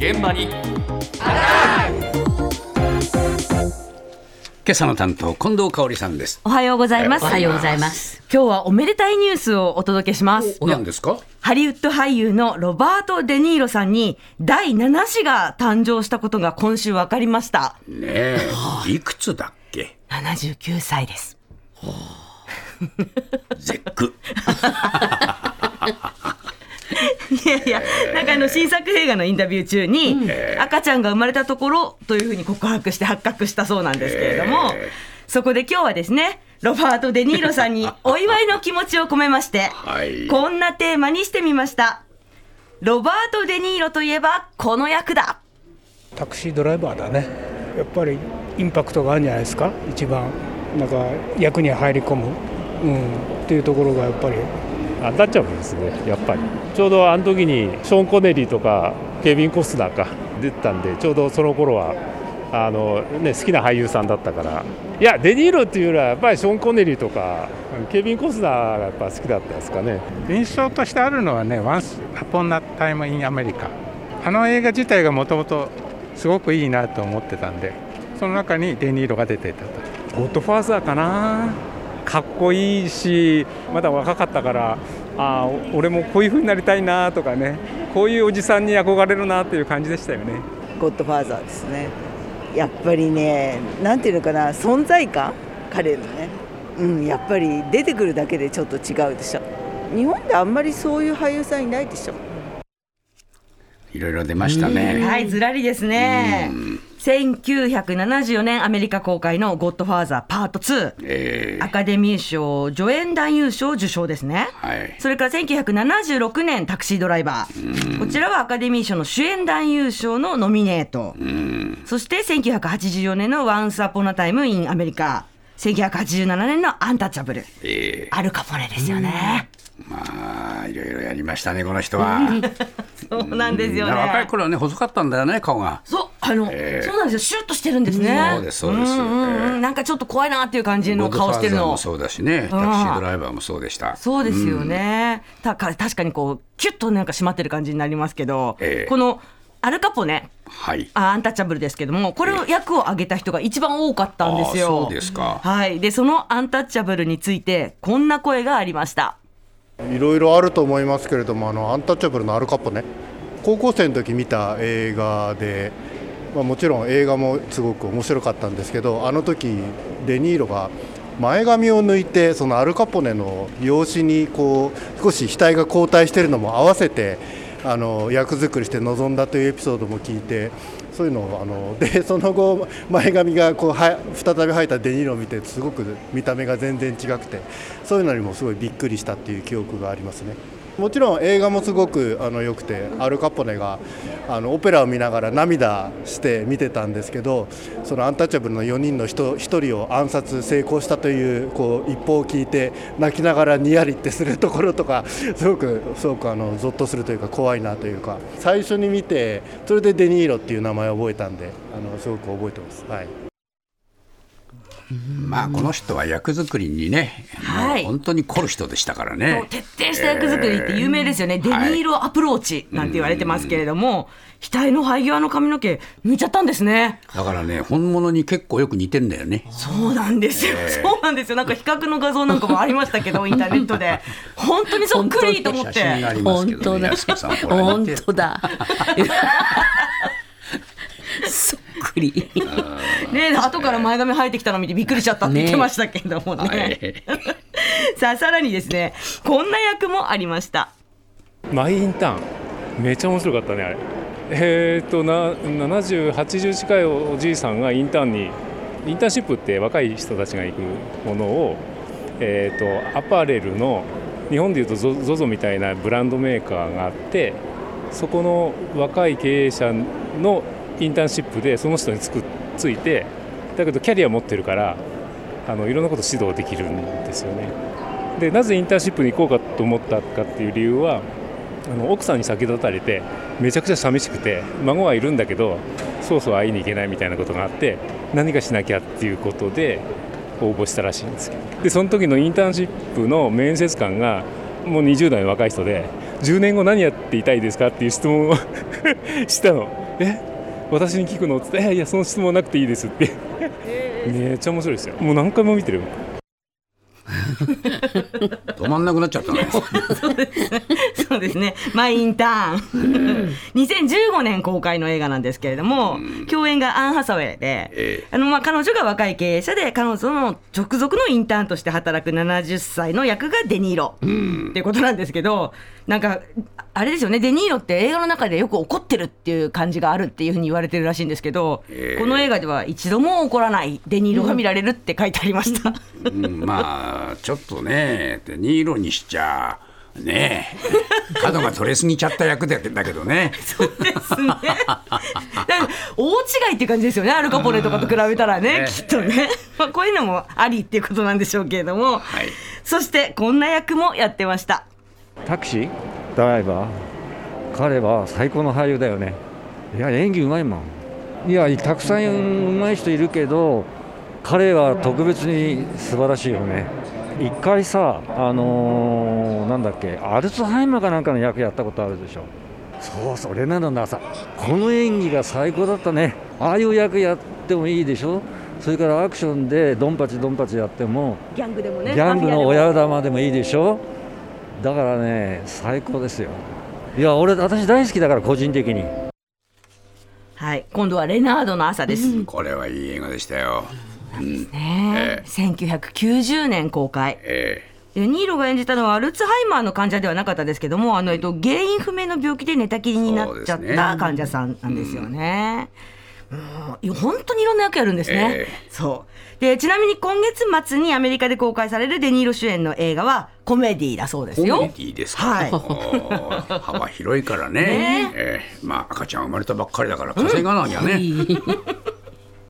現場に今朝の担当近藤香織さんです。 おはようございます。 おはようございます。 今日はおめでたいニュースをお届けします。 何ですか？ ハリウッド俳優のロバート・デ・ニーロさんに第7子が誕生したことが今週分かりましたねえ、いくつだっけ ？79歳です。 絶句いやいや、なんか新作映画のインタビュー中に、赤ちゃんが生まれたところというふうに告白して発覚したそうなんですけれども、そこで今日はですね、ロバート・デ・ニーロさんにお祝いの気持ちを込めまして、 はい、 こんなテーマにしてみました。ロバート・デ・ニーロといえばこの役だ。 タクシードライバーだね。やっぱりインパクトがあるんじゃないですか。一番なんか役に入り込む、っていうところがやっぱりアンタッチャブルですね。やっぱりちょうどあの時にショーン・コネリーとかケビン・コスナーか出てたんで、ちょうどその頃は好きな俳優さんだったから。いや、デ・ニーロっていうよりはやっぱりショーン・コネリーとかケビン・コスナーがやっぱ好きだったですかね。 印象としてあるのはね、Once Upon a Time in America、 あの映画自体がもともとすごくいいなと思ってたんで、その中にデ・ニーロが出ていたと。ゴッドファーザーかな。かっこいいし、まだ若かったから、俺もこういう風になりたいなとかね、こういうおじさんに憧れるなっていう感じでしたよね。 ゴッドファーザーですね。やっぱりね、なんていうのかな、存在感、彼のね、やっぱり出てくるだけでちょっと違うでしょ。日本であんまりそういう俳優さんいないでしょ。 いろいろ出ましたね。 はい、ずらりですね。1974年アメリカ公開のゴッドファーザーパート2、アカデミー賞助演男優賞受賞ですね、はい、それから1976年タクシードライバー、こちらはアカデミー賞の主演男優賞のノミネート、そして1984年の Once Upon a Time in America、 1987年のアンタッチャブル、アルカポネですよね。 まあいろいろやりましたね、この人は。 そうなんですよね。 若い頃はね、細かったんだよね、顔が。 そうそうなんですよ、シュッとしてるんですね。 そうですそうです、 なんかちょっと怖いなっていう感じの顔してるの。 ゴッドファーザーもそうだしね、タクシードライバーもそうでした。 そうですよね、確かにこうキュッとなんか締まってる感じになりますけど、このアルカポネ、はい、アンタッチャブルですけども、これを役を挙げた人が一番多かったんですよ。 そうですか。 はい。でそのアンタッチャブルについてこんな声がありました。 いろいろあると思いますけれども、アンタッチャブルのアルカポネ、高校生の時見た映画で、もちろん映画もすごく面白かったんですけど、あの時デ・ニーロが前髪を抜いて、そのアルカポネの容姿にこう少し額が後退しているのも合わせて役作りして臨んだというエピソードも聞いて、そういうのをでその後前髪がこう再び生えたデ・ニーロを見て、すごく見た目が全然違くて、そういうのにもすごいびっくりしたっていう記憶がありますね。もちろん映画もすごく良くて、アルカポネがオペラを見ながら涙して見てたんですけど、そのアンタッチャブルの4人の1人を暗殺成功したという一報を聞いて、泣きながらニヤリってするところとか、すごくゾッとするというか、怖いなというか、最初に見てそれでデ・ニーロっていう名前を覚えたんで、すごく覚えてます。はい。 まあこの人は役作りにね、もう本当に凝る人でしたからね。 徹底した役作りって有名ですよね、デ・ニーロアプローチなんて言われてますけれども、額の生え際の髪の毛抜いちゃったんですね。 だからね、本物に結構よく似てんだよね。 そうなんですよ、そうなんですよ。なんか比較の画像なんかもありましたけどインターネットで本当にそっくりと思って。 写真がありますけどね、 本当だそっくりね、後から前髪生えてきたのを見てびっくりしちゃったって言ってましたけどもね、さあさらにですね、こんな役もありました。 マイインターンめっちゃ面白かったね、あれ。70、80近いおじいさんがインターンシップって若い人たちが行くものを、アパレルの日本でいうと ZOZO みたいなブランドメーカーがあって、そこの若い経営者のインターンシップでその人について、だけどキャリア持ってるからいろんなこと指導できるんですよね。でなぜインターンシップに行こうかと思ったかっていう理由は、奥さんに先立たれてめちゃくちゃ寂しくて、孫はいるんだけどそうそう会いに行けないみたいなことがあって、何かしなきゃっていうことで応募したらしいんですけど、でその時のインターンシップの面接官がもう20代の若い人で、10年後何やっていたいですかっていう質問をしたの。 私に聞くのって言って、いやその質問なくていいですってめっちゃ面白いですよ。もう何回も見てる。 止まんなくなっちゃったね。 そうですね。マイ・インターン2015年公開の映画なんですけれども、共演がアン・ハサウェイで、彼女が若い経営者で彼女の直属のインターンとして働く70歳の役がデニーロっていうことなんですけど、なんかあれですよね、デニーロって映画の中でよく怒ってるっていう感じがあるっていうふうに言われてるらしいんですけど、この映画では一度も怒らないデニーロが見られるって書いてありました。 まあちょっとね、デニーロにしちゃね角が取れすぎちゃった役だけどね。 そうですね。大違いっていう感じですよね、アルカポネとかと比べたらね、きっとね、まあ、こういうのもありっていうことなんでしょうけれども、はい、そしてこんな役もやってました。 タクシードライバー、彼は最高の俳優だよね。いや演技うまいもん。いやたくさんうまい人いるけど彼は特別に素晴らしいよね。一回さなんだっけ、アルツハイマーかなんかの役やったことあるでしょ。そうレナードの朝、この演技が最高だったね。ああいう役やってもいいでしょ。それからアクションでドンパチやっても、 ギャングでもね、 ギャングの親玉でもいいでしょ。だからね最高ですよ。いや私大好きだから個人的に。 はい、今度はレナードの朝です、 これはいい映画でしたよ。 1990年公開、ニーロが演じたのはアルツハイマーの患者ではなかったですけども、原因不明の病気で寝たきりになっちゃった患者さんなんですよね。本当にいろんな役やるんですね。そうで、ちなみに今月末にアメリカで公開されるデニーロ主演の映画はコメディだそうですよ。 コメディですか。はい、幅広いからね。まあ赤ちゃん生まれたばっかりだから稼がなきゃね。